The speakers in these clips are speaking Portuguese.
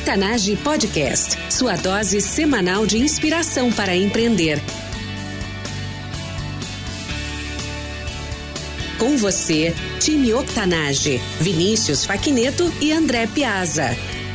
Octanage Podcast, sua dose semanal de inspiração para empreender. Com você, time Octanage, Vinícius Faquineto e André Piazza.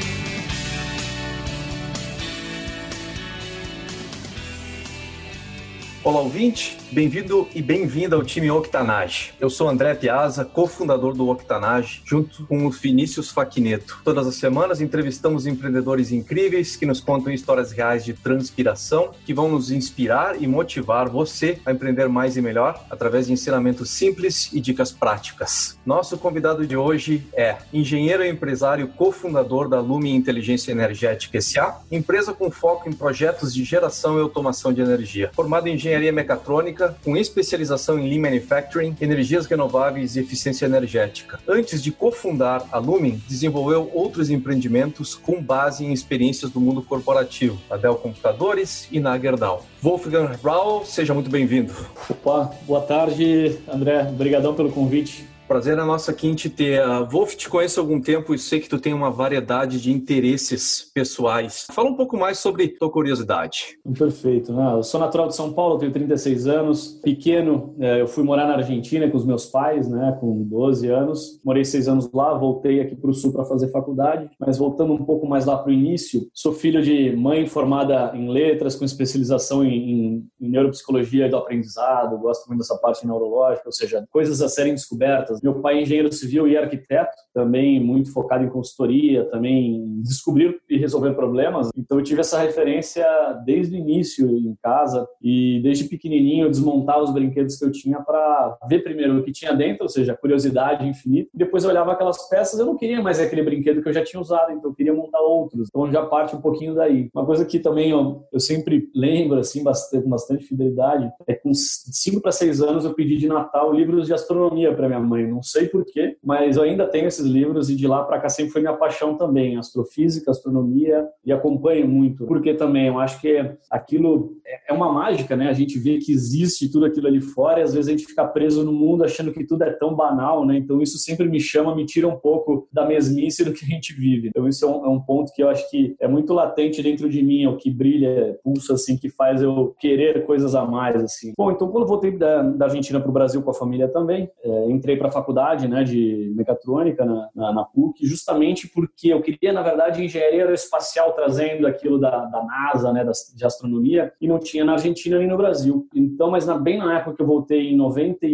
Olá, ouvinte! Bem-vindo e bem-vinda ao time Octanage. Eu sou André Piazza, cofundador do Octanage, junto com o Vinícius Faquineto. Todas as semanas entrevistamos empreendedores incríveis que nos contam histórias reais de transpiração, que vão nos inspirar e motivar você a empreender mais e melhor através de ensinamentos simples e dicas práticas. Nosso convidado de hoje é engenheiro e empresário cofundador da Lumen Inteligência Energética S.A., empresa com foco em projetos de geração e automação de energia. Formado em engenharia mecatrônica, com especialização em Lean Manufacturing, energias renováveis e eficiência energética. Antes de cofundar a Lumen, desenvolveu outros empreendimentos com base em experiências do mundo corporativo, a Dell Computadores e na Gerdau. Wolfgang Rau, seja muito bem-vindo. Opa, boa tarde, André. Obrigadão pelo convite. Prazer é nosso aqui em te ter. Wolf, te conheço há algum tempo e sei que tu tem uma variedade de interesses pessoais. Fala um pouco mais sobre tua curiosidade. Perfeito. Eu sou natural de São Paulo, tenho 36 anos. Pequeno, eu fui morar na Argentina com os meus pais, com 12 anos. Morei 6 anos lá, voltei aqui para o Sul para fazer faculdade. Mas voltando um pouco mais lá para o início, sou filho de mãe formada em letras, com especialização em neuropsicologia do aprendizado. Gosto muito dessa parte neurológica, ou seja, coisas a serem descobertas. Meu pai é engenheiro civil e arquiteto, também muito focado em consultoria, também em descobrir e resolver problemas. Então eu tive essa referência desde o início em casa e desde pequenininho eu desmontava os brinquedos que eu tinha para ver primeiro o que tinha dentro, ou seja, a curiosidade infinita. E depois eu olhava aquelas peças, eu não queria mais aquele brinquedo que eu já tinha usado, então eu queria montar outros. Então já parte um pouquinho daí. Uma coisa que também eu sempre lembro assim, com bastante fidelidade, é que com 5 para 6 anos eu pedi de Natal livros de astronomia para minha mãe. Não sei porquê, mas eu ainda tenho esses livros e de lá para cá sempre foi minha paixão também, astrofísica, astronomia, e acompanho muito, porque também eu acho que aquilo é uma mágica, né? A gente vê que existe tudo aquilo ali fora e às vezes a gente fica preso no mundo achando que tudo é tão banal, né? Então isso sempre me tira um pouco da mesmice do que a gente vive. Então isso é um ponto que eu acho que é muito latente dentro de mim, é o que brilha, pulsa assim, que faz eu querer coisas a mais, assim. Bom, então quando eu voltei da Argentina para o Brasil com a família também, entrei para a faculdade, de mecatrônica na PUC, justamente porque eu queria, na verdade, engenharia aeroespacial, trazendo aquilo da NASA, de astronomia, e não tinha na Argentina nem no Brasil. Então, mas bem na época que eu voltei em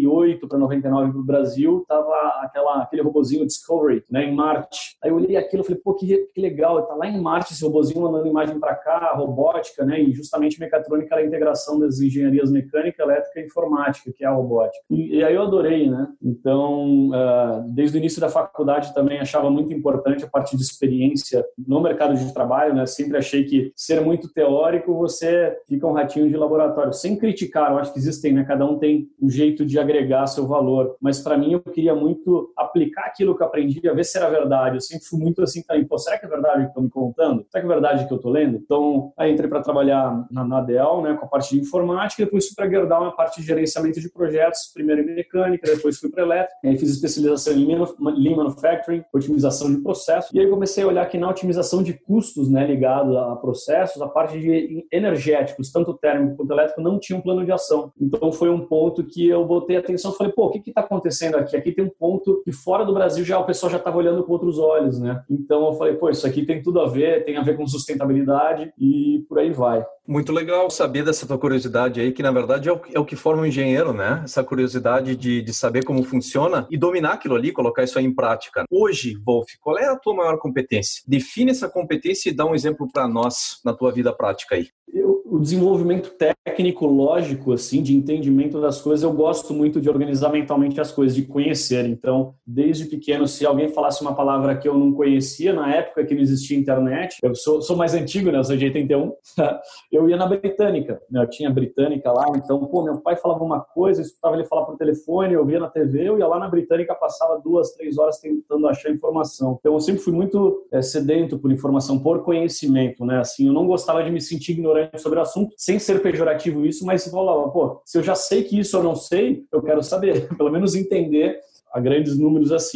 98 para 99 para o Brasil, tava aquele robozinho Discovery, em Marte. Aí eu olhei aquilo e falei, pô, que legal, tá lá em Marte esse robozinho mandando imagem para cá, robótica, e justamente mecatrônica era a integração das engenharias mecânica, elétrica e informática, que é a robótica. E aí eu adorei, Então, desde o início da faculdade também achava muito importante a parte de experiência no mercado de trabalho, Sempre achei que ser muito teórico você fica um ratinho de laboratório. Sem criticar, eu acho que existem, cada um tem um jeito de agregar seu valor, mas para mim eu queria muito aplicar aquilo que eu aprendi, a ver se era verdade. Eu sempre fui muito assim também, pô, será que é verdade o que estão me contando? Será que é verdade o que eu estou lendo? Então, aí entrei para trabalhar na Dell, com a parte de informática, depois fui para Gerdau na parte de gerenciamento de projetos, primeiro em mecânica, depois fui para elétrica, aí fiz especialização em Lean Manufacturing, otimização de processos, e aí comecei a olhar que na otimização de custos, ligado a processos, a parte de energéticos, tanto térmico quanto elétrico, não tinha um plano de ação. Então foi um ponto que eu botei atenção, falei, pô, o que está acontecendo aqui? Aqui tem um ponto que fora do Brasil o pessoal já estava olhando com outros olhos, Então eu falei, pô, isso aqui tem tudo a ver, tem a ver com sustentabilidade e por aí vai. Muito legal saber dessa tua curiosidade aí, que na verdade é o que forma um engenheiro, Essa curiosidade de saber como funciona e dominar aquilo ali, colocar isso aí em prática. Hoje, Wolf, qual é a tua maior competência? Define essa competência e dá um exemplo para nós na tua vida prática aí. O desenvolvimento técnico, lógico, assim, de entendimento das coisas, eu gosto muito de organizar mentalmente as coisas, de conhecer. Então, desde pequeno, se alguém falasse uma palavra que eu não conhecia, na época que não existia internet, eu sou mais antigo, eu sou de 81, eu ia na Britânica, eu tinha Britânica lá, então, pô, meu pai falava uma coisa, eu escutava ele falar por telefone, eu via na TV, eu ia lá na Britânica, passava 2, 3 horas tentando achar informação. Então, eu sempre fui muito sedento por informação, por conhecimento, Assim, eu não gostava de me sentir ignorante sobre o assunto, sem ser pejorativo isso, mas se falava, pô, se eu já sei que isso eu não sei, eu quero saber, pelo menos entender a grandes números assim.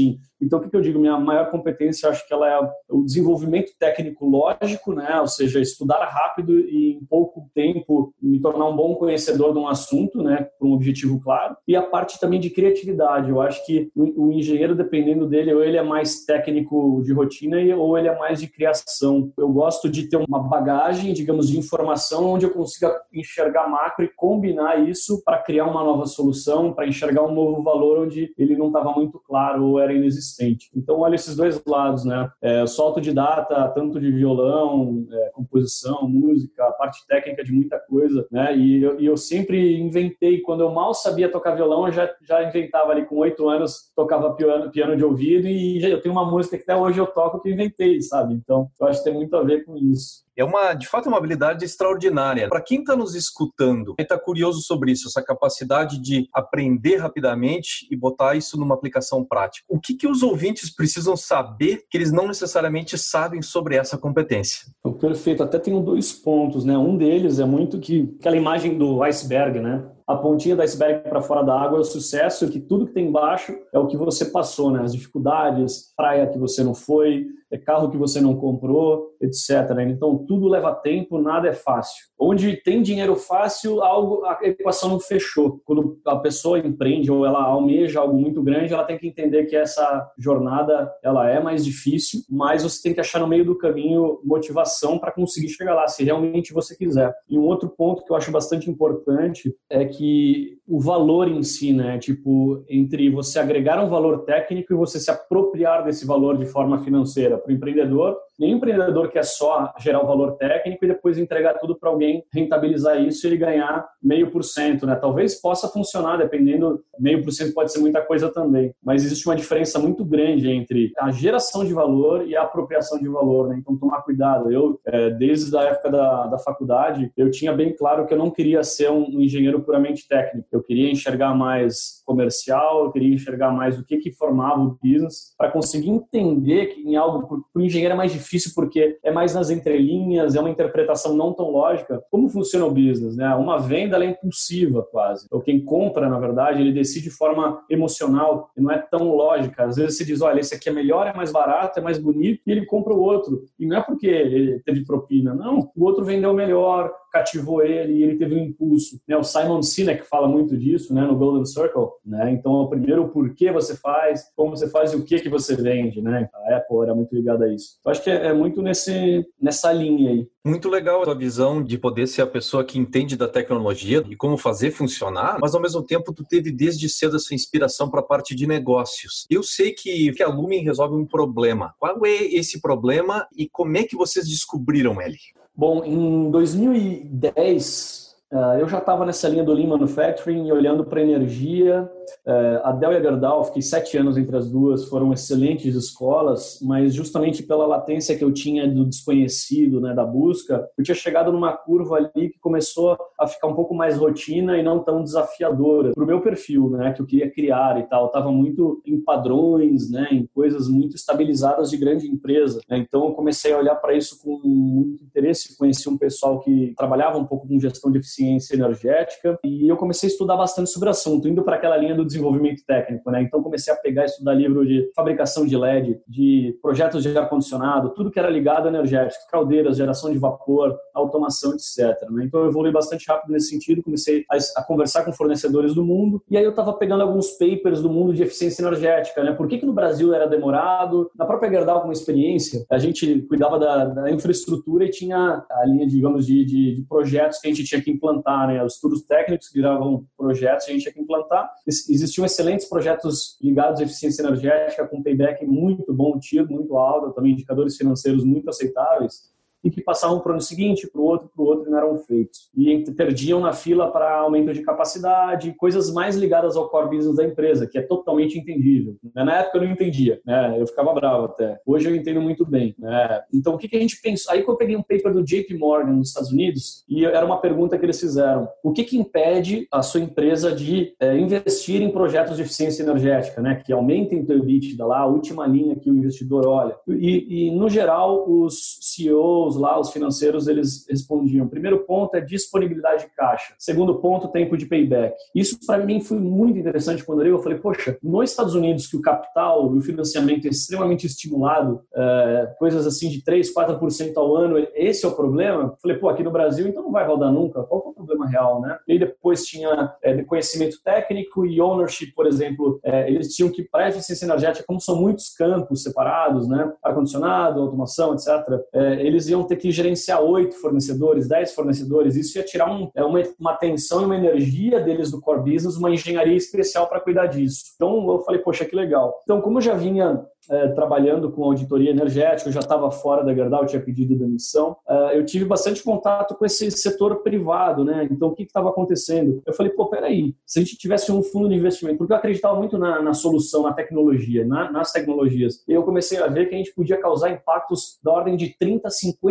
Então, o que eu digo? Minha maior competência, acho que ela é o desenvolvimento técnico lógico, né? Ou seja, estudar rápido e em pouco tempo me tornar um bom conhecedor de um assunto, né? Por um objetivo claro. E a parte também de criatividade. Eu acho que o engenheiro, dependendo dele, ou ele é mais técnico de rotina ou ele é mais de criação. Eu gosto de ter uma bagagem, digamos, de informação onde eu consiga enxergar macro e combinar isso para criar uma nova solução, para enxergar um novo valor onde ele não estava muito claro ou era inexistente. Então, olha esses dois lados, né? Eu sou autodidata, tanto de violão, composição, música, a parte técnica de muita coisa, né? E eu sempre inventei, quando eu mal sabia tocar violão, eu já inventava ali com 8 anos, tocava piano de ouvido e eu tenho uma música que até hoje eu toco que eu inventei, sabe? Então, eu acho que tem muito a ver com isso. De fato, uma habilidade extraordinária. Para quem está nos escutando e está curioso sobre isso, essa capacidade de aprender rapidamente e botar isso numa aplicação prática, o que os ouvintes precisam saber que eles não necessariamente sabem sobre essa competência? Perfeito. Até tenho 2 pontos, né? Um deles é muito que aquela imagem do iceberg, né? A pontinha do iceberg para fora da água é o sucesso, que tudo que tem embaixo é o que você passou, né? As dificuldades, praia que você não foi, carro que você não comprou, etc. Né? Então, tudo leva tempo, nada é fácil. Onde tem dinheiro fácil, a equação não fechou. Quando a pessoa empreende ou ela almeja algo muito grande, ela tem que entender que essa jornada ela é mais difícil, mas você tem que achar no meio do caminho motivação para conseguir chegar lá, se realmente você quiser. E um outro ponto que eu acho bastante importante é que o valor em si, né? Tipo, entre você agregar um valor técnico e você se apropriar desse valor de forma financeira. Para o empreendedor, nenhum empreendedor quer só gerar o valor técnico e depois entregar tudo para alguém rentabilizar isso e ele ganhar 0,5%, né? Talvez possa funcionar, dependendo, 0,5% pode ser muita coisa também, mas existe uma diferença muito grande entre a geração de valor e a apropriação de valor, né? Então, tomar cuidado. Eu, desde a época da faculdade, eu tinha bem claro que eu não queria ser um engenheiro puramente técnico. Eu queria enxergar mais comercial, eu queria enxergar mais o que formava o business, para conseguir entender que em algo, para o engenheiro é mais difícil porque é mais nas entrelinhas, é uma interpretação não tão lógica. Como funciona o business, né? Uma venda ela é impulsiva quase. Então, quem compra, na verdade, ele decide de forma emocional e não é tão lógica. Às vezes se diz, olha, esse aqui é melhor, é mais barato, é mais bonito, e ele compra o outro. E não é porque ele teve propina, não. O outro vendeu melhor, cativou ele e ele teve um impulso. Né? O Simon Sinek fala muito disso, né? No Golden Circle. Né? Então, o primeiro, o porquê você faz, como você faz e o que você vende. Né? A Apple era muito ligada a isso. Eu acho que é muito nessa linha aí. Muito legal a tua visão de poder ser a pessoa que entende da tecnologia e como fazer funcionar, mas ao mesmo tempo tu teve desde cedo essa inspiração para a parte de negócios. Eu sei que a Lumen resolve um problema. Qual é esse problema e como é que vocês descobriram ele? Bom, em 2010, eu já estava nessa linha do Lean Manufacturing e olhando para a energia. A Dell e a Gerdau, fiquei 7 anos entre as duas, foram excelentes escolas, mas justamente pela latência que eu tinha do desconhecido, né, da busca, eu tinha chegado numa curva ali que começou a ficar um pouco mais rotina e não tão desafiadora para o meu perfil, né, que eu queria criar e tal. Eu estava muito em padrões, né, em coisas muito estabilizadas de grande empresa. Né, então eu comecei a olhar para isso com muito interesse, conheci um pessoal que trabalhava um pouco com gestão de eficiência energética e eu comecei a estudar bastante sobre o assunto, indo para aquela linha do desenvolvimento técnico, né? Então comecei a pegar e estudar livro de fabricação de LED, de projetos de ar-condicionado, tudo que era ligado a energéticos, caldeiras, geração de vapor, automação, etc. Né? Então eu evolui bastante rápido nesse sentido, comecei a conversar com fornecedores do mundo e aí eu estava pegando alguns papers do mundo de eficiência energética, né? Por que no Brasil era demorado? Na própria Gerdau, com experiência, a gente cuidava da infraestrutura e tinha a linha, digamos, de projetos que a gente tinha que implantar, né? Os estudos técnicos que viravam projetos que a gente tinha que implantar. Existiam excelentes projetos ligados à eficiência energética com payback muito bom, tiro muito alto, também indicadores financeiros muito aceitáveis e que passavam para o ano seguinte, para o outro e não eram feitos. E perdiam na fila para aumento de capacidade, coisas mais ligadas ao core business da empresa, que é totalmente entendível. Na época eu não entendia, né? Eu ficava bravo até. Hoje eu entendo muito bem. Né? Então o que a gente pensou? Aí que eu peguei um paper do JP Morgan nos Estados Unidos e era uma pergunta que eles fizeram. O que impede a sua empresa de investir em projetos de eficiência energética, né? Que aumentem o teu EBITDA lá, a última linha que o investidor olha. E no geral, os CEOs, CEOs lá, os financeiros, eles respondiam: primeiro ponto é disponibilidade de caixa. Segundo ponto, tempo de payback. Isso para mim foi muito interessante quando eu falei, poxa, nos Estados Unidos que o capital e o financiamento é extremamente estimulado, coisas assim de 3%, 4% ao ano, esse é o problema. Eu falei, pô, aqui no Brasil então não vai rodar nunca. Qual que é o problema real, né? E depois tinha conhecimento técnico e ownership, por exemplo. Eles tinham que, para a eficiência energética, como são muitos campos separados, né? Ar-condicionado, automação, etc., eles iam ter que gerenciar 8 fornecedores, 10 fornecedores. Isso ia tirar uma atenção e uma energia deles do core business, uma engenharia especial para cuidar disso. Então, eu falei, poxa, que legal. Então, como eu já vinha trabalhando com auditoria energética, eu já estava fora da Gerdau, eu tinha pedido demissão, eu tive bastante contato com esse setor privado, né? Então, o que estava acontecendo? Eu falei, pô, peraí, se a gente tivesse um fundo de investimento, porque eu acreditava muito na solução, na tecnologia, nas tecnologias, e eu comecei a ver que a gente podia causar impactos da ordem de 30%,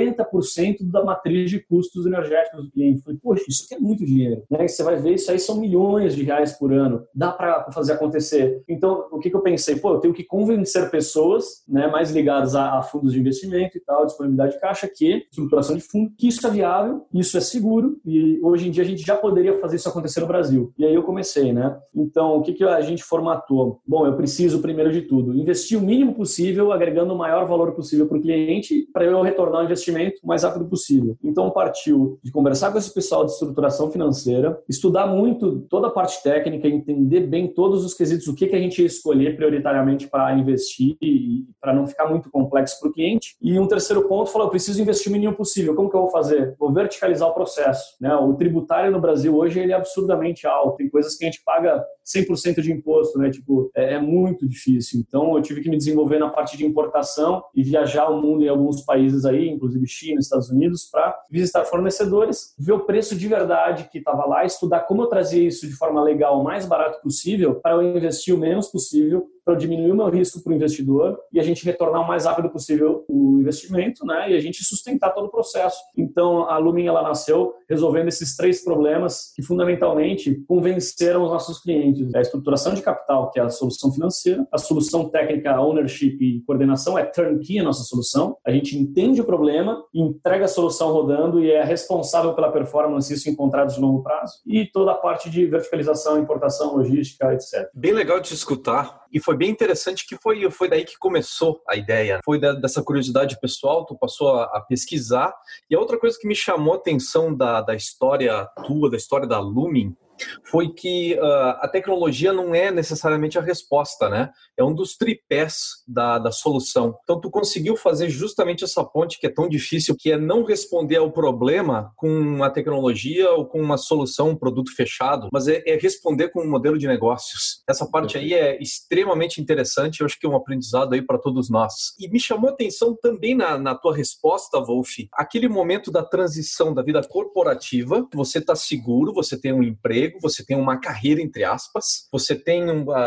50% da matriz de custos energéticos do cliente. Eu falei, poxa, isso aqui é muito dinheiro, né? E você vai ver, isso aí são milhões de reais por ano, dá para fazer acontecer. Então, o que eu pensei? Pô, eu tenho que convencer pessoas, né, mais ligadas a fundos de investimento e tal, disponibilidade de caixa, estruturação de fundo, que isso é viável, isso é seguro e hoje em dia a gente já poderia fazer isso acontecer no Brasil. E aí eu comecei, né? Então, o que a gente formatou? Bom, eu preciso, primeiro de tudo, investir o mínimo possível, agregando o maior valor possível para o cliente, para eu retornar o investimento o mais rápido possível. Então, partiu de conversar com esse pessoal de estruturação financeira, estudar muito toda a parte técnica, entender bem todos os quesitos, o que a gente ia escolher prioritariamente para investir e para não ficar muito complexo para o cliente. E um terceiro ponto, falou, eu preciso investir o mínimo possível. Como que eu vou fazer? Vou verticalizar o processo, né? O tributário no Brasil hoje ele é absurdamente alto. Tem coisas que a gente paga 100% de imposto, né? Tipo, é muito difícil. Então, eu tive que me desenvolver na parte de importação e viajar o mundo em alguns países aí, inclusive China, Estados Unidos, para visitar fornecedores, ver o preço de verdade que estava lá, estudar como eu trazia isso de forma legal, o mais barato possível, para eu investir o menos possível, para diminuir o meu risco para o investidor e a gente retornar o mais rápido possível o investimento, né? E a gente sustentar todo o processo. Então, a Lumen, ela nasceu resolvendo esses 3 problemas que, fundamentalmente, convenceram os nossos clientes. A estruturação de capital, que é a solução financeira, a solução técnica, ownership e coordenação é turnkey, a nossa solução. A gente entende o problema, entrega a solução rodando e é responsável pela performance, isso em contratos de longo prazo. E toda a parte de verticalização, importação, logística, etc. Bem legal de escutar. E foi bem interessante que foi daí que começou a ideia. Foi dessa curiosidade pessoal, tu passou a pesquisar. E a outra coisa que me chamou a atenção da história tua, da história da Lumen, foi que a tecnologia não é necessariamente a resposta, né? É um dos tripés da solução. Então, tu conseguiu fazer justamente essa ponte que é tão difícil, que é não responder ao problema com uma tecnologia ou com uma solução, um produto fechado, mas é responder com um modelo de negócios. Essa parte aí é extremamente interessante, eu acho que é um aprendizado aí para todos nós. E me chamou a atenção também na tua resposta, Wolf, aquele momento da transição da vida corporativa, você está seguro, você tem um emprego, você tem uma carreira, entre aspas, você tem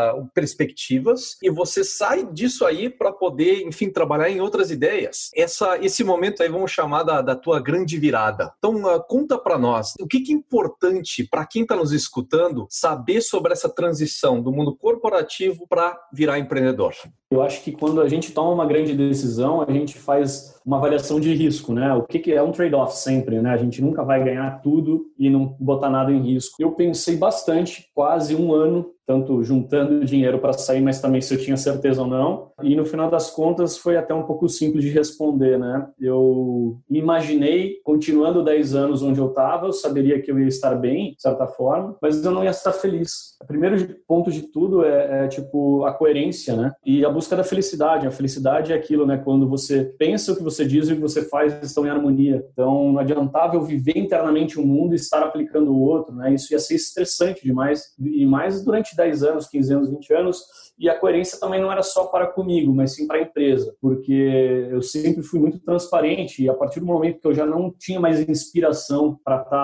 perspectivas e você sai disso aí para poder, enfim, trabalhar em outras ideias. Esse momento aí vamos chamar da tua grande virada. Então, conta para nós, o que é importante para quem está nos escutando saber sobre essa transição do mundo corporativo para virar empreendedor? Eu acho que quando a gente toma uma grande decisão, a gente faz uma avaliação de risco, né? O que é um trade-off sempre, né? A gente nunca vai ganhar tudo e não botar nada em risco. Eu pensei bastante, quase um ano, tanto juntando dinheiro para sair, mas também se eu tinha certeza ou não. E no final das contas foi até um pouco simples de responder, né? Eu imaginei, continuando 10 anos onde eu estava, eu saberia que eu ia estar bem, de certa forma, mas eu não ia estar feliz. O primeiro ponto de tudo é tipo a coerência, né? E a busca da felicidade. A felicidade é aquilo, né? Quando você pensa o que você diz e o que você faz estão em harmonia. Então não adiantava eu viver internamente um mundo e estar aplicando o outro, né? Isso ia ser estressante demais. E mais durante 10 anos, 15 anos, 20 anos, e a coerência também não era só para comigo, mas sim para a empresa, porque eu sempre fui muito transparente e a partir do momento que eu já não tinha mais inspiração para estar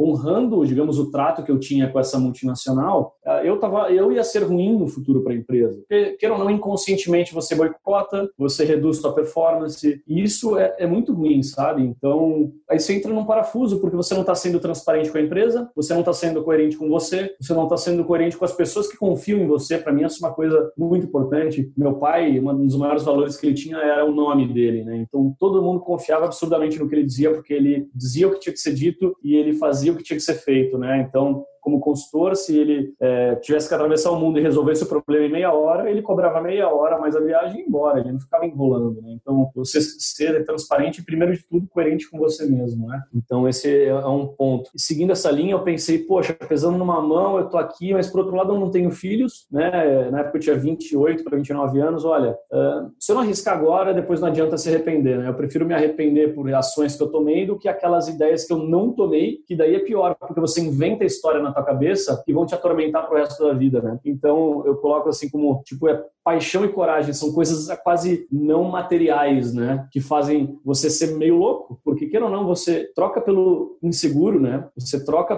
honrando, digamos, o trato que eu tinha com essa multinacional, eu ia ser ruim no futuro para a empresa. Porque, queira ou não, inconscientemente você boicota, você reduz sua performance, e isso é muito ruim, sabe? Então, aí você entra num parafuso, porque você não está sendo transparente com a empresa, você não está sendo coerente com você não está sendo coerente com as pessoas que confiam em você. Para mim, essa é uma coisa muito importante. Meu pai, um dos maiores valores que ele tinha era o nome dele, né? Então, todo mundo confiava absurdamente no que ele dizia, porque ele dizia o que tinha que ser dito e ele fazia o que tinha que ser feito, né? Então, como consultor, se ele tivesse que atravessar o mundo e resolvesse o problema em meia hora, ele cobrava meia hora, mas a viagem ia embora, ele não ficava enrolando, né? Então, você ser transparente e, primeiro de tudo, coerente com você mesmo, né? Então, esse é um ponto. E seguindo essa linha, eu pensei, poxa, pesando numa mão, eu tô aqui, mas por outro lado, eu não tenho filhos, né? Na época eu tinha 28 para 29 anos, olha, se eu não arriscar agora, depois não adianta se arrepender, né? Eu prefiro me arrepender por ações que eu tomei do que aquelas ideias que eu não tomei, que daí é pior, porque você inventa a história na tua cabeça que vão te atormentar pro resto da vida, né? Então, eu coloco assim como, tipo, paixão e coragem, são coisas quase não materiais, né? Que fazem você ser meio louco, porque, queira ou não, você troca pelo inseguro, né? Você troca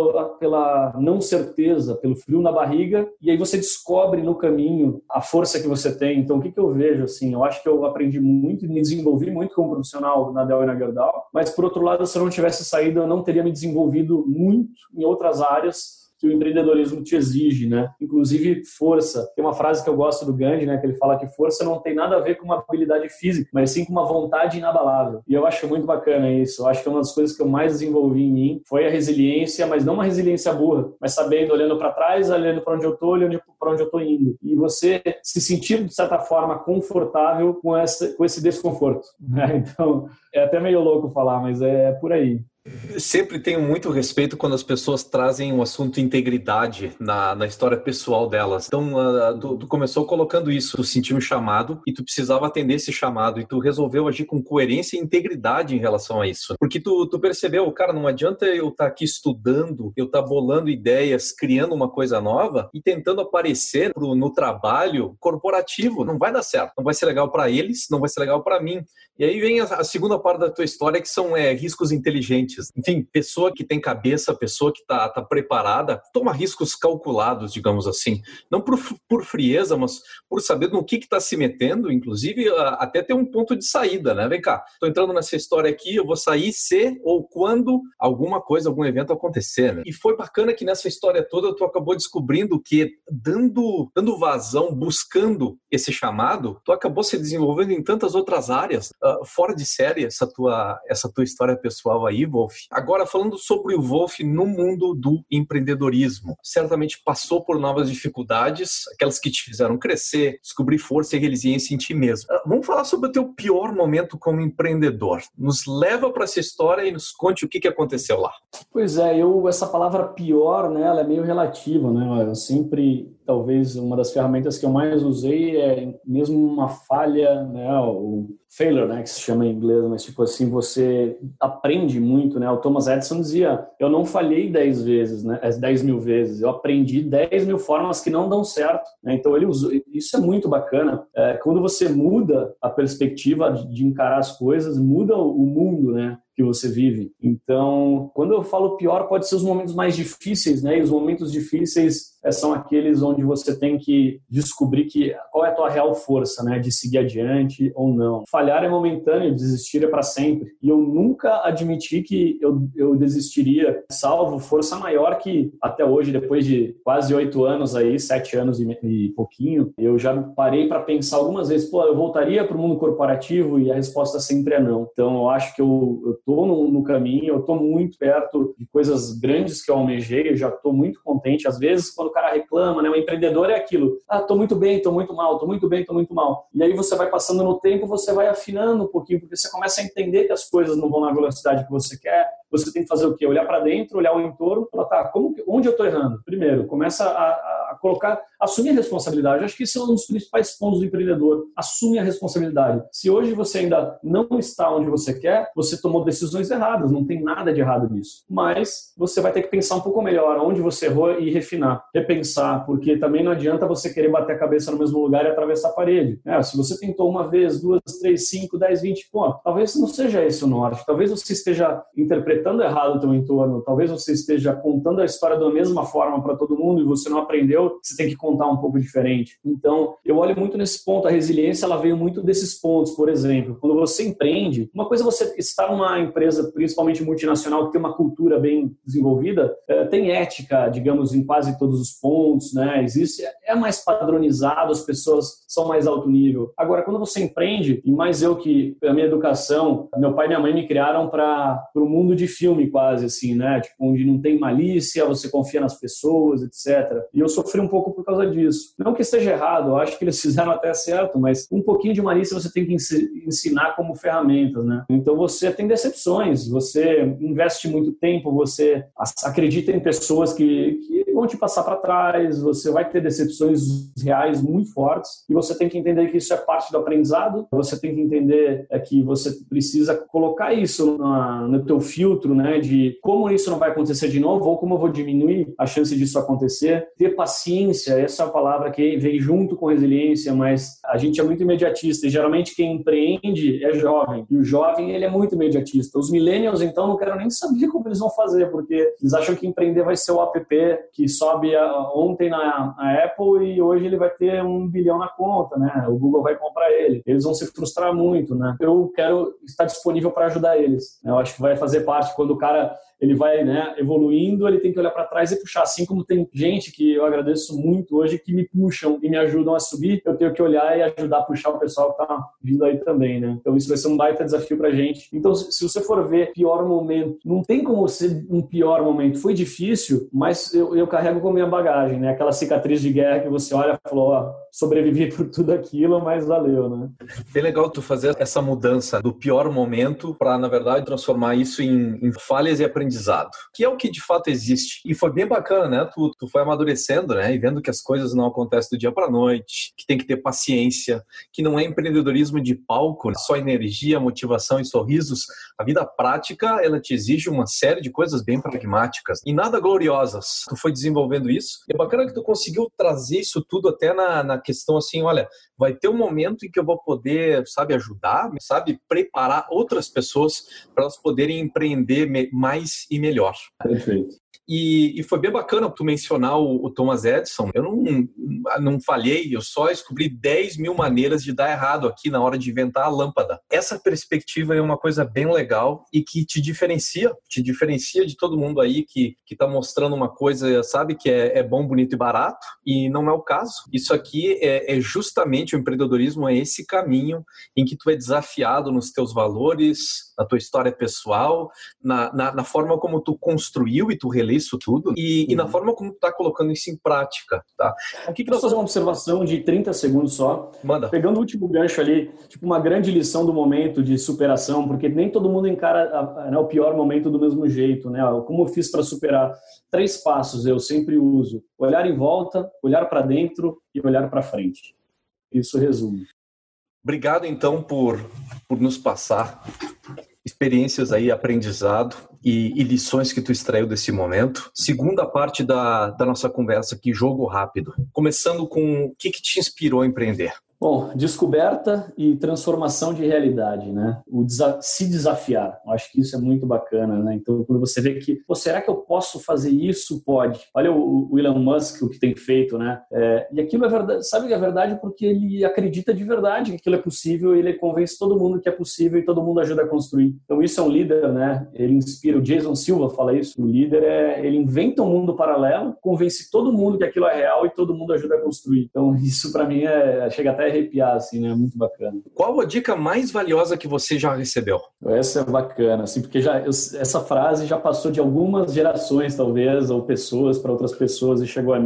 pela não certeza, pelo frio na barriga, e aí você descobre no caminho a força que você tem. Então, o que eu vejo, assim? Eu acho que eu aprendi muito, me desenvolvi muito como profissional na Dell e na Gerdau, mas, por outro lado, se eu não tivesse saído, eu não teria me desenvolvido muito em outras áreas que o empreendedorismo te exige, né? Inclusive força. Tem uma frase que eu gosto do Gandhi, né? Que ele fala que força não tem nada a ver com uma habilidade física, mas sim com uma vontade inabalável. E eu acho muito bacana isso. Eu acho que uma das coisas que eu mais desenvolvi em mim foi a resiliência, mas não uma resiliência burra, mas sabendo, olhando para trás, olhando para onde eu tô, olhando para onde eu tô indo. E você se sentir, de certa forma, confortável com esse desconforto, né? Então, é até meio louco falar, mas é por aí. Sempre tenho muito respeito quando as pessoas trazem o assunto integridade na história pessoal delas. Então, tu começou colocando isso, tu sentiu um chamado e tu precisava atender esse chamado e tu resolveu agir com coerência e integridade em relação a isso. Porque tu percebeu, cara, não adianta eu estar aqui estudando, eu estar bolando ideias, criando uma coisa nova e tentando aparecer no trabalho corporativo. Não vai dar certo. Não vai ser legal para eles, não vai ser legal para mim. E aí vem a segunda parte da tua história, que são riscos inteligentes. Enfim, pessoa que tem cabeça, pessoa que tá preparada, toma riscos calculados, digamos assim. Não por frieza, mas por saber no que tá se metendo, inclusive até ter um ponto de saída, né? Vem cá, tô entrando nessa história aqui, eu vou sair se ou quando alguma coisa, algum evento acontecer, né? E foi bacana que nessa história toda tu acabou descobrindo que dando vazão, buscando esse chamado, tu acabou se desenvolvendo em tantas outras áreas. Fora de série essa tua história pessoal aí, Wolf. Agora, falando sobre o Wolf no mundo do empreendedorismo, certamente passou por novas dificuldades, aquelas que te fizeram crescer, descobrir força e resiliência em ti mesmo. Vamos falar sobre o teu pior momento como empreendedor. Nos leva para essa história e nos conte o que aconteceu lá. Pois é, essa palavra pior, né, ela é meio relativa, né? Eu sempre, talvez, uma das ferramentas que eu mais usei é mesmo uma falha, né, o failure, né, que se chama em inglês, mas tipo assim, você aprende muito, né? O Thomas Edison dizia, eu não falhei 10 vezes, né? 10 mil vezes, eu aprendi 10 mil formas que não dão certo, né? Então ele usou, isso é muito bacana. Quando você muda a perspectiva de encarar as coisas, muda o mundo, né, que você vive. Então, quando eu falo pior, pode ser os momentos mais difíceis, né? E os momentos difíceis são aqueles onde você tem que descobrir qual é a tua real força, né? De seguir adiante ou não. Falhar é momentâneo, desistir é para sempre. E eu nunca admiti que eu desistiria, salvo força maior que até hoje, depois de quase 8 anos aí, 7 anos e pouquinho, eu já parei para pensar algumas vezes, eu voltaria para o mundo corporativo? E a resposta sempre é não. Então, eu acho que eu estou no caminho, eu estou muito perto de coisas grandes que eu almejei, eu já estou muito contente. Às vezes, quando o cara reclama, né, o empreendedor é aquilo, estou muito bem, estou muito mal, estou muito bem, estou muito mal. E aí você vai passando no tempo, você vai afinando um pouquinho, porque você começa a entender que as coisas não vão na velocidade que você quer. Você tem que fazer o quê? Olhar para dentro, olhar o entorno, falar, onde eu estou errando? Primeiro, começa a assumir a responsabilidade. Acho que isso é um dos principais pontos do empreendedor. Assumir a responsabilidade. Se hoje você ainda não está onde você quer, você tomou decisões erradas, não tem nada de errado nisso. Mas você vai ter que pensar um pouco melhor onde você errou e refinar, repensar, porque também não adianta você querer bater a cabeça no mesmo lugar e atravessar a parede. Se você tentou uma vez, 2, 3, 5, 10, 20, talvez não seja esse o norte. Talvez você esteja interpretando errado o teu entorno, talvez você esteja contando a história da mesma forma para todo mundo e você não aprendeu, você tem que contar um pouco diferente. Então, eu olho muito nesse ponto. A resiliência, ela veio muito desses pontos. Por exemplo, quando você empreende, uma coisa é você estar numa empresa, principalmente multinacional, que tem uma cultura bem desenvolvida, tem ética, digamos, em quase todos os pontos, né? Existe, é mais padronizado, as pessoas são mais alto nível. Agora, quando você empreende, e mais eu que, a minha educação, meu pai e minha mãe me criaram para o mundo de filme quase, assim, né? Tipo, onde não tem malícia, você confia nas pessoas, etc. E eu sofri um pouco por causa disso. Não que esteja errado, eu acho que eles fizeram até certo, mas um pouquinho de malícia você tem que ensinar como ferramentas, né? Então você tem decepções, você investe muito tempo, você acredita em pessoas que vão te passar para trás, você vai ter decepções reais muito fortes e você tem que entender que isso é parte do aprendizado, você tem que entender que você precisa colocar isso no teu filtro, né, de como isso não vai acontecer de novo ou como eu vou diminuir a chance disso acontecer. Ter paciência, essa é a palavra que vem junto com resiliência, mas a gente é muito imediatista e geralmente quem empreende é jovem e o jovem ele é muito imediatista. Os millennials, então, não quero nem saber como eles vão fazer, porque eles acham que empreender vai ser o app que sobe ontem na Apple e hoje ele vai ter 1 bilhão na conta, né? O Google vai comprar ele. Eles vão se frustrar muito, né? Eu quero estar disponível para ajudar eles. Eu acho que vai fazer parte quando o cara ele vai, né, evoluindo, ele tem que olhar para trás e puxar. Assim como tem gente que eu agradeço muito hoje que me puxam e me ajudam a subir, eu tenho que olhar e ajudar a puxar o pessoal que está vindo aí também, né? Então isso vai ser um baita desafio para a gente. Então se você for ver pior momento, não tem como ser um pior momento. Foi difícil, mas eu carrego com a minha bagagem, né? Aquela cicatriz de guerra que você olha e falou, sobrevivi por tudo aquilo, mas valeu, né? É legal tu fazer essa mudança do pior momento para, na verdade, transformar isso em falhas e aprendizado, que é o que de fato existe. E foi bem bacana, né? Tu foi amadurecendo, né? E vendo que as coisas não acontecem do dia para a noite, que tem que ter paciência, que não é empreendedorismo de palco, só energia, motivação e sorrisos. A vida prática, ela te exige uma série de coisas bem pragmáticas e nada gloriosas. Tu foi desenvolvendo isso. E é bacana que tu conseguiu trazer isso tudo até na questão assim, olha, vai ter um momento em que eu vou poder, sabe, ajudar, sabe, preparar outras pessoas para elas poderem empreender mais e melhor. Perfeito. E foi bem bacana tu mencionar o Thomas Edison. Eu não falhei, eu só descobri 10 mil maneiras de dar errado aqui na hora de inventar a lâmpada. Essa perspectiva é uma coisa bem legal e que te diferencia de todo mundo aí que tá mostrando uma coisa, sabe, que é bom, bonito e barato, e não é o caso. Isso aqui é justamente o empreendedorismo, é esse caminho em que tu é desafiado nos teus valores, na tua história pessoal, na forma como tu construiu e tu relê isso tudo e na forma como tu tá colocando isso em prática, tá? Aqui posso fazer uma observação de 30 segundos só? Manda. Pegando o último gancho ali, tipo uma grande lição do momento de superação, porque nem todo mundo encara o pior momento do mesmo jeito, né? Como eu fiz para superar? 3 passos eu sempre uso: olhar em volta, olhar para dentro e olhar para frente. Isso resume. Obrigado, então, por nos passar experiências aí, aprendizado e lições que tu extraiu desse momento. Segunda parte da nossa conversa aqui, jogo rápido. Começando com o que te inspirou a empreender? Bom, descoberta e transformação de realidade, né? Se desafiar. Acho que isso é muito bacana, né? Então, quando você vê que, será que eu posso fazer isso? Pode. Olha o Elon Musk, o que tem feito, né? E aquilo é verdade. Sabe que é verdade porque ele acredita de verdade que aquilo é possível e ele convence todo mundo que é possível e todo mundo ajuda a construir. Então, isso é um líder, né? Ele inspira. O Jason Silva fala isso. O líder ele inventa um mundo paralelo, convence todo mundo que aquilo é real e todo mundo ajuda a construir. Então, isso para mim chega até arrepiar, assim, né? Muito bacana. Qual a dica mais valiosa que você já recebeu? Essa é bacana, assim, porque essa frase já passou de algumas gerações, talvez, ou pessoas para outras pessoas e chegou a mim.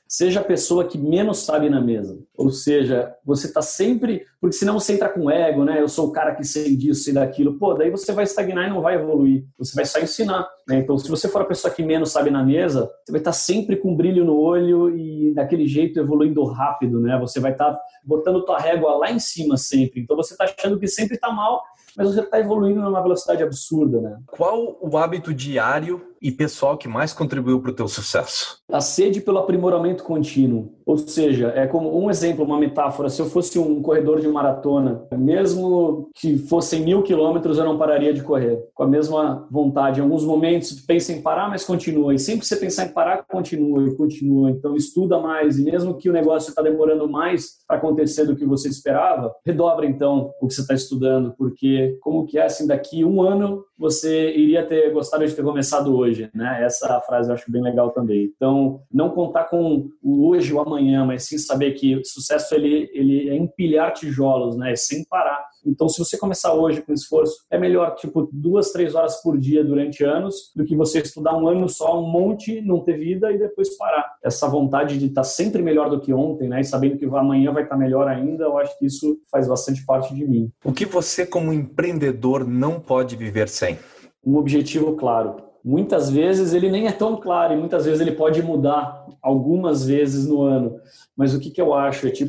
seja a pessoa que menos sabe na mesa. Ou seja, você está sempre... Porque senão você entra com ego, né? Eu sou o cara que sei disso, sei daquilo. Pô, daí você vai estagnar e não vai evoluir. Você vai só ensinar, né? Então, se você for a pessoa que menos sabe na mesa, você vai estar sempre com brilho no olho e daquele jeito evoluindo rápido, né? Você vai estar botando tua régua lá em cima sempre. Então, você está achando que sempre está mal, mas você está evoluindo numa velocidade absurda, né? Qual o hábito diário e pessoal que mais contribuiu para o teu sucesso? A sede pelo aprimoramento contínuo. Ou seja, é como um exemplo, uma metáfora. Se eu fosse um corredor de maratona, mesmo que fossem 1.000 quilômetros, eu não pararia de correr. Com a mesma vontade. Em alguns momentos, pensa em parar, mas continua. E sempre que você pensar em parar, continua e continua. Então, estuda mais. E mesmo que o negócio está demorando mais para acontecer do que você esperava, redobra, então, o que você está estudando. Porque, como que é, assim, daqui 1 ano, você iria ter gostado de ter começado hoje, né? Essa frase eu acho bem legal também. Então, não contar com o hoje ou amanhã, mas sim saber que o sucesso ele é empilhar tijolos, né? Sem parar. Então, se você começar hoje com esforço, é melhor, 2, 3 horas por dia durante anos, do que você estudar 1 ano só, um monte, não ter vida e depois parar. Essa vontade de estar sempre melhor do que ontem, né? E sabendo que amanhã vai estar melhor ainda, eu acho que isso faz bastante parte de mim. O que você, como empreendedor, não pode viver sem? Um objetivo claro. Muitas vezes ele nem é tão claro e muitas vezes ele pode mudar algumas vezes no ano. Mas o que eu acho é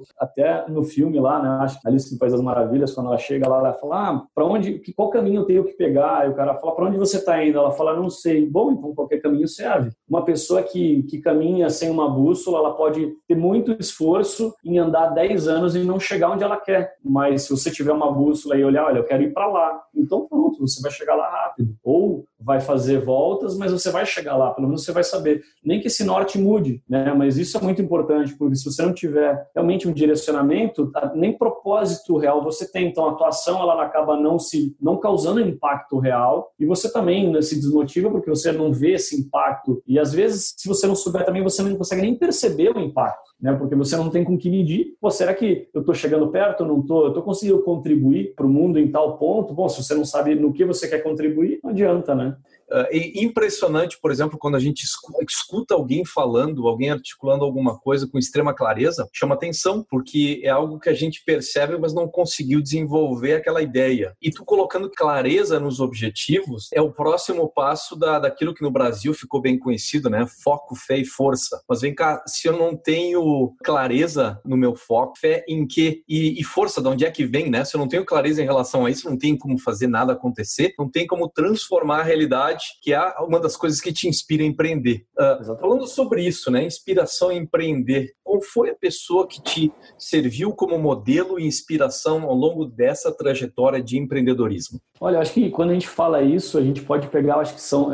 até no filme lá, né, acho que Alice no País das Maravilhas, quando ela chega lá, ela fala, qual caminho eu tenho que pegar? E o cara fala, para onde você está indo? Ela fala, não sei. Bom, então qualquer caminho serve. Uma pessoa que caminha sem uma bússola, ela pode ter muito esforço em andar 10 anos e não chegar onde ela quer. Mas se você tiver uma bússola e olhar, olha, eu quero ir para lá. Então pronto, você vai chegar lá rápido. Ou vai fazer voltas, mas você vai chegar lá, pelo menos você vai saber. Nem que esse norte mude, né? Mas isso é muito importante, porque se você não tiver realmente um direcionamento, nem propósito real você tem. Então a tua ação ela acaba não causando impacto real e você também, né, se desmotiva porque você não vê esse impacto. E às vezes, se você não souber também, você não consegue nem perceber o impacto, né? Porque você não tem com que medir. Pô, será que eu estou chegando perto? Não estou? Eu estou conseguindo contribuir para o mundo em tal ponto? Bom, se você não sabe no que você quer contribuir, não adianta, né? É impressionante, por exemplo, quando a gente escuta alguém falando, alguém articulando alguma coisa com extrema clareza, chama atenção, porque é algo que a gente percebe, mas não conseguiu desenvolver aquela ideia. E tu colocando clareza nos objetivos é o próximo passo daquilo que no Brasil ficou bem conhecido, né? Foco, fé e força. Mas vem cá, se eu não tenho clareza no meu foco, fé em quê? E força, de onde é que vem, né? Se eu não tenho clareza em relação a isso, não tem como fazer nada acontecer, não tem como transformar a realidade, que é uma das coisas que te inspira a empreender. Falando sobre isso, né, inspiração a empreender, qual foi a pessoa que te serviu como modelo e inspiração ao longo dessa trajetória de empreendedorismo? Olha, acho que quando a gente fala isso, a gente pode pegar, acho que são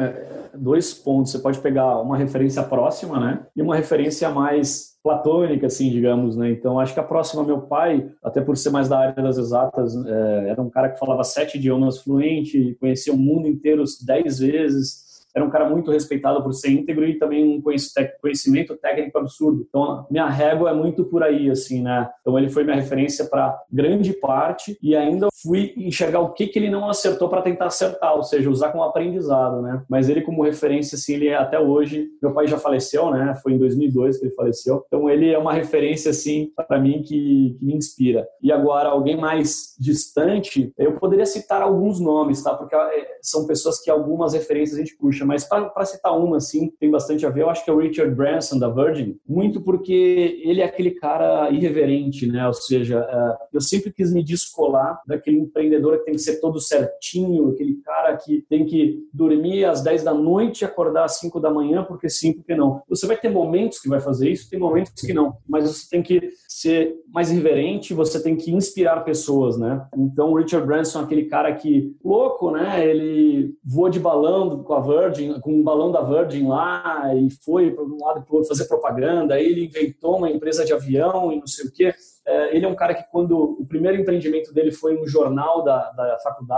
2 pontos. Você pode pegar uma referência próxima, né, e uma referência mais platônica, assim, digamos, né? Então, acho que a próxima, meu pai, até por ser mais da área das exatas, era um cara que falava 7 idiomas fluente, conhecia o mundo inteiro 10 vezes, era um cara muito respeitado por ser íntegro e também um conhecimento técnico absurdo. Então, minha régua é muito por aí, assim, né? Então, ele foi minha referência para grande parte e ainda fui enxergar o que ele não acertou para tentar acertar, ou seja, usar como aprendizado, né? Mas ele como referência, assim, ele é até hoje... Meu pai já faleceu, né? Foi em 2002 que ele faleceu. Então, ele é uma referência, assim, para mim que me inspira. E agora, alguém mais distante, eu poderia citar alguns nomes, tá? Porque são pessoas que algumas referências a gente puxa. Mas para citar uma, assim, tem bastante a ver, eu acho que é o Richard Branson, da Virgin, muito porque ele é aquele cara irreverente, né? Ou seja, eu sempre quis me descolar daquele empreendedor que tem que ser todo certinho, aquele cara que tem que dormir às 10 da noite e acordar às 5 da manhã, porque sim, porque não. Você vai ter momentos que vai fazer isso, tem momentos que não, mas você tem que ser mais irreverente, você tem que inspirar pessoas, né? Então, o Richard Branson é aquele cara que, louco, né? Ele voa de balão com a Virgin, com um balão da Virgin lá e foi para um lado e para o outro fazer propaganda. Aí ele inventou uma empresa de avião e não sei o quê. Ele é um cara que, quando o primeiro empreendimento dele foi um jornal da faculdade,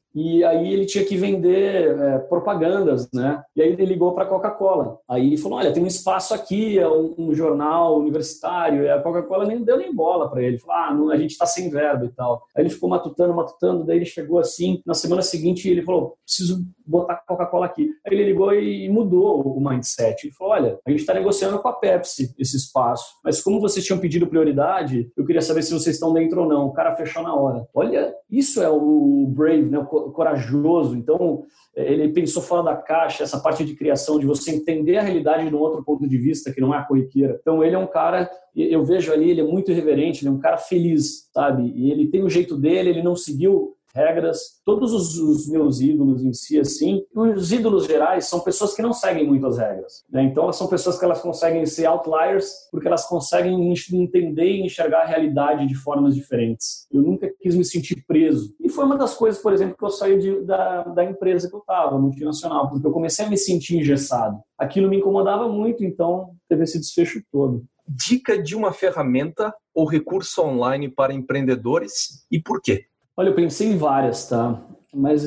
e aí ele tinha que vender propagandas, né? E aí ele ligou para a Coca-Cola. Aí ele falou, olha, tem um espaço aqui, é um jornal universitário, e a Coca-Cola nem deu nem bola para ele. Falou, não, a gente está sem verba e tal. Aí ele ficou matutando, daí ele chegou assim, na semana seguinte ele falou, preciso botar Coca-Cola aqui. Aí ele ligou e mudou o mindset. Ele falou, olha, a gente está negociando com a Pepsi esse espaço, mas como vocês tinham pedido prioridade, eu queria saber se vocês estão dentro ou não. O cara fechou na hora. Olha, isso é o brave, né? O corajoso. Então, ele pensou fora da caixa, essa parte de criação, de você entender a realidade de um outro ponto de vista, que não é a corriqueira. Então, ele é um cara, eu vejo ali, ele é muito irreverente, ele é um cara feliz, sabe? E ele tem o jeito dele, ele não seguiu regras. Todos os meus ídolos em si, assim, os ídolos gerais são pessoas que não seguem muito as regras, né? Então elas são pessoas que elas conseguem ser outliers porque elas conseguem entender e enxergar a realidade de formas diferentes. Eu nunca quis me sentir preso. E foi uma das coisas, por exemplo, que eu saí da empresa que eu estava, multinacional, porque eu comecei a me sentir engessado. Aquilo me incomodava muito, então teve esse desfecho todo. Dica de uma ferramenta ou recurso online para empreendedores e por quê? Olha, eu pensei em várias, tá? Mas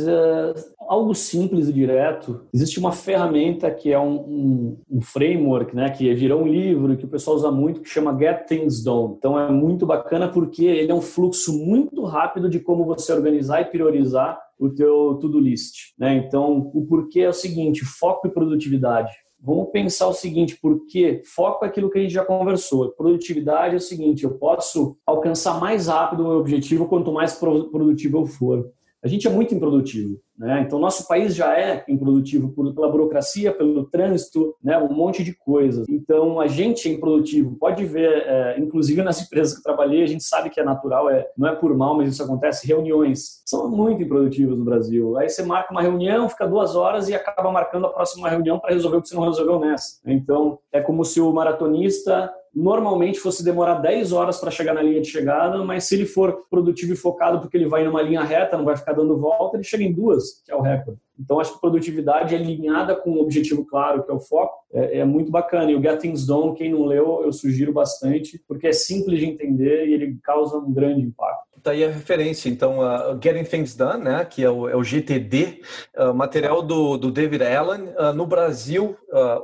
algo simples e direto. Existe uma ferramenta que é um framework, né? Que virou um livro que o pessoal usa muito, que chama Get Things Done. Então é muito bacana porque ele é um fluxo muito rápido de como você organizar e priorizar o teu to-do list, né? Então o porquê é o seguinte, foco e produtividade. Vamos pensar o seguinte, porque foco é aquilo que a gente já conversou. Produtividade é o seguinte, eu posso alcançar mais rápido o meu objetivo quanto mais produtivo eu for. A gente é muito improdutivo, né? Então, nosso país já é improdutivo pela burocracia, pelo trânsito, né? Um monte de coisas. Então, a gente é improdutivo. Pode ver, inclusive nas empresas que eu trabalhei, a gente sabe que é natural, não é por mal, mas isso acontece. Reuniões são muito improdutivas no Brasil. Aí você marca uma reunião, fica 2 horas e acaba marcando a próxima reunião para resolver o que você não resolveu nessa. Então, é como se o maratonista normalmente fosse demorar 10 horas para chegar na linha de chegada, mas se ele for produtivo e focado porque ele vai numa linha reta, não vai ficar dando volta, ele chega em 2, que é o recorde. Então, acho que produtividade alinhada com um objetivo claro, que é o foco, é muito bacana. E o Get Things Done, quem não leu, eu sugiro bastante, porque é simples de entender e ele causa um grande impacto. Tá aí a referência, então, Getting Things Done, né, que é o GTD, material do David Allen. No Brasil,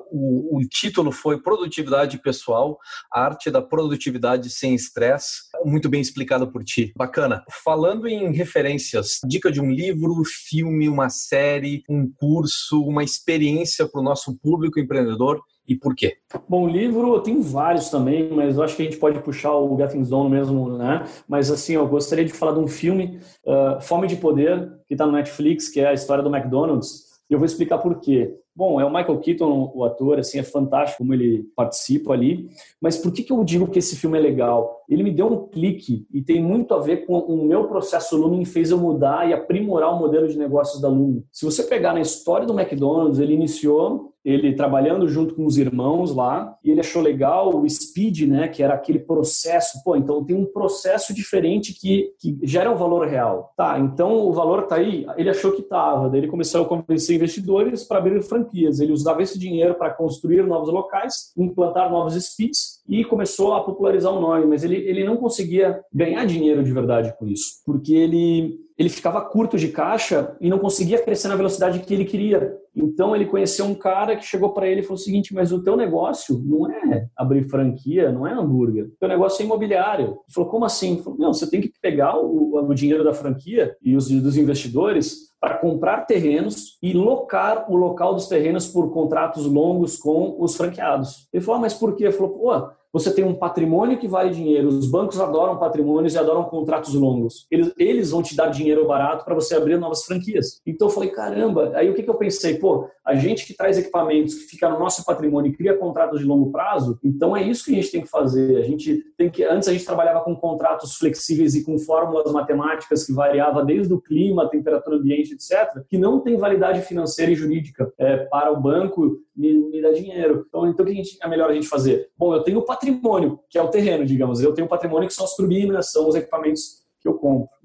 o título foi Produtividade Pessoal, a arte da produtividade sem estresse, muito bem explicado por ti. Bacana. Falando em referências, dica de um livro, filme, uma série, um curso, uma experiência para o nosso público empreendedor. E por quê? Bom, livro eu tenho vários também, mas eu acho que a gente pode puxar o Get Things Done mesmo, né? Mas assim, eu gostaria de falar de um filme, Fome de Poder, que está no Netflix, que é a história do McDonald's. E eu vou explicar por quê. Bom, é o Michael Keaton, o ator, assim, é fantástico como ele participa ali. Mas por que eu digo que esse filme é legal? Ele me deu um clique e tem muito a ver com o meu processo Lumen, fez eu mudar e aprimorar o modelo de negócios da Lumen. Se você pegar na história do McDonald's, ele iniciou ele trabalhando junto com os irmãos lá, e ele achou legal o speed, né, que era aquele processo. Pô, então tem um processo diferente que gera um valor real. Tá, então o valor tá aí, ele achou que tava, daí ele começou a convencer investidores para abrir franquias. Ele usava esse dinheiro para construir novos locais, implantar novos speeds e começou a popularizar o nome, mas ele não conseguia ganhar dinheiro de verdade com isso, porque ele ficava curto de caixa e não conseguia crescer na velocidade que ele queria. Então ele conheceu um cara que chegou para ele e falou o seguinte, mas o teu negócio não é abrir franquia, não é hambúrguer, o teu negócio é imobiliário. Ele falou, como assim? Ele falou, não, você tem que pegar o dinheiro da franquia e dos investidores para comprar terrenos e locar o local dos terrenos por contratos longos com os franqueados. Ele falou, mas por quê? Ele falou, pô, você tem um patrimônio que vale dinheiro, os bancos adoram patrimônios e adoram contratos longos. Eles vão te dar dinheiro barato para você abrir novas franquias. Então eu falei, caramba, aí o que eu pensei? Pô, a gente que traz equipamentos, que fica no nosso patrimônio e cria contratos de longo prazo, então é isso que a gente tem que fazer. Antes a gente trabalhava com contratos flexíveis e com fórmulas matemáticas que variava desde o clima, a temperatura ambiente, etc., que não tem validade financeira e jurídica para o banco me dar dinheiro. Então o que é melhor a gente fazer? Bom, eu tenho o patrimônio, que é o terreno, digamos. Eu tenho o patrimônio que são as turbinas, são os equipamentos que eu compro.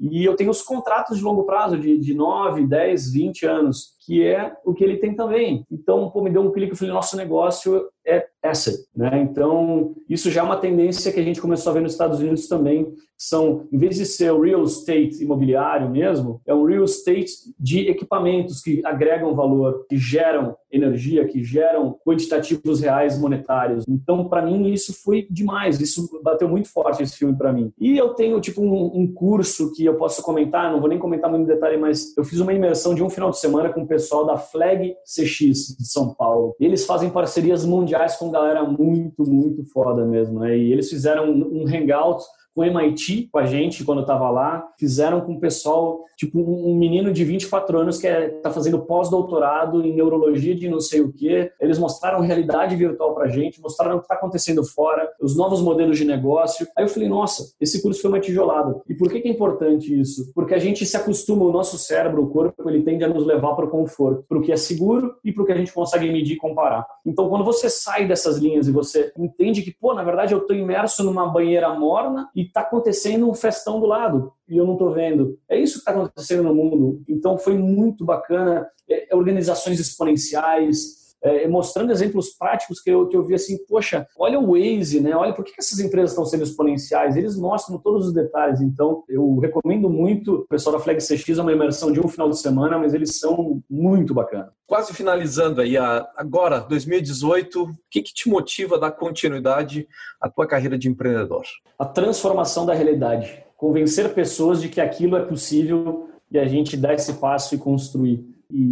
E eu tenho os contratos de longo prazo, de 9, 10, 20 anos, que é o que ele tem também. Então, me deu um clique, eu falei, nosso negócio é asset, né? Então, isso já é uma tendência que a gente começou a ver nos Estados Unidos também, são, em vez de ser o real estate imobiliário mesmo, é um real estate de equipamentos que agregam valor, que geram energia, que geram quantitativos reais monetários. Então, para mim, isso foi demais, isso bateu muito forte esse filme para mim. E eu tenho, um curso que eu posso comentar, não vou nem comentar muito em detalhe, mas eu fiz uma imersão de um final de semana com o pessoal da Flag CX de São Paulo. Eles fazem parcerias mundiais com galera muito, muito foda mesmo, né? E eles fizeram um hangout com o MIT, com a gente, quando eu estava lá, fizeram com o pessoal, um menino de 24 anos que está fazendo pós-doutorado em neurologia de não sei o quê. Eles mostraram realidade virtual pra gente, mostraram o que está acontecendo fora, os novos modelos de negócio. Aí eu falei, nossa, esse curso foi uma tijolada. E por que é importante isso? Porque a gente se acostuma, o nosso cérebro, o corpo, ele tende a nos levar para o conforto, para o que é seguro e para o que a gente consegue medir e comparar. Então, quando você sai dessas linhas e você entende que, na verdade, eu estou imerso numa banheira morna e está acontecendo um festão do lado e eu não estou vendo. É isso que está acontecendo no mundo. Então foi muito bacana, organizações exponenciais, mostrando exemplos práticos que eu vi assim, poxa, olha o Waze, né? Olha por que essas empresas estão sendo exponenciais. Eles mostram todos os detalhes. Então eu recomendo muito. O pessoal da Flag CX é uma imersão de um final de semana, mas eles são muito bacanas. Quase finalizando aí, agora, 2018, o que te motiva a dar continuidade à tua carreira de empreendedor? A transformação da realidade. Convencer pessoas de que aquilo é possível e a gente dar esse passo e construir.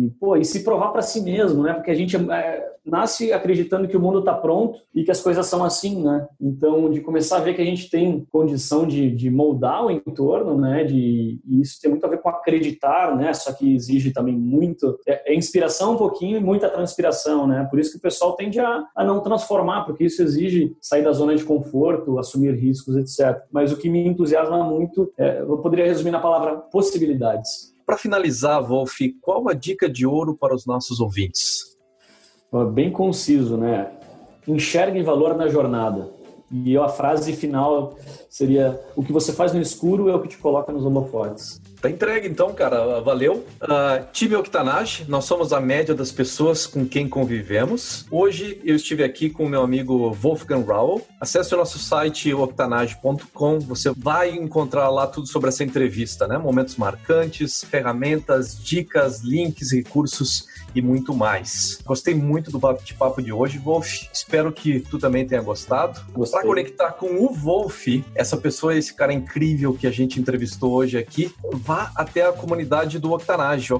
E se provar para si mesmo, né? Porque a gente nasce acreditando que o mundo está pronto e que as coisas são assim, né? Então, de começar a ver que a gente tem condição de moldar o entorno, né? E isso tem muito a ver com acreditar, né? Só que exige também muito... É inspiração um pouquinho e muita transpiração, né? Por isso que o pessoal tende a não transformar, porque isso exige sair da zona de conforto, assumir riscos, etc. Mas o que me entusiasma muito, eu poderia resumir na palavra possibilidades. Para finalizar, Wolf, qual a dica de ouro para os nossos ouvintes? Bem conciso, né? Enxergue valor na jornada. E a frase final seria: o que você faz no escuro é o que te coloca nos holofotes. Tá entregue então, cara. Valeu. Time Octanage, nós somos a média das pessoas com quem convivemos. Hoje eu estive aqui com o meu amigo Wolfgang Rauel. Acesse o nosso site octanage.com. Você vai encontrar lá tudo sobre essa entrevista, né? Momentos marcantes, ferramentas, dicas, links, recursos e muito mais. Gostei muito do bate-papo de hoje, Wolf. Espero que tu também tenha gostado. Para conectar com o Wolf, essa pessoa, esse cara incrível que a gente entrevistou hoje aqui, vá até a comunidade do Octanage,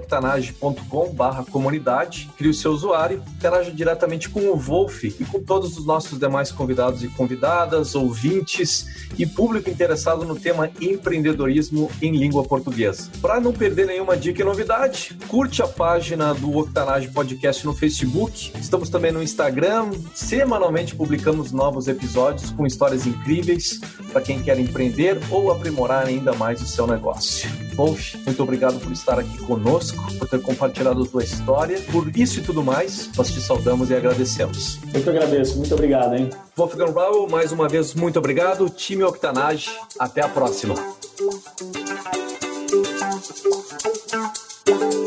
octanage.com/comunidade, crie o seu usuário, interaja diretamente com o Wolf e com todos os nossos demais convidados e convidadas, ouvintes e público interessado no tema empreendedorismo em língua portuguesa. Para não perder nenhuma dica e novidade, curte a página do Octanage Podcast no Facebook. Estamos também no Instagram. Semanalmente publicamos novos episódios com histórias incríveis para quem quer empreender ou aprimorar ainda mais o seu negócio. Wolf, muito obrigado por estar aqui conosco, por ter compartilhado a tua história. Por isso e tudo mais, nós te saudamos e agradecemos. Eu que agradeço. Muito obrigado, hein? Wolfgang Rauel, mais uma vez, muito obrigado. Time Octanage, até a próxima.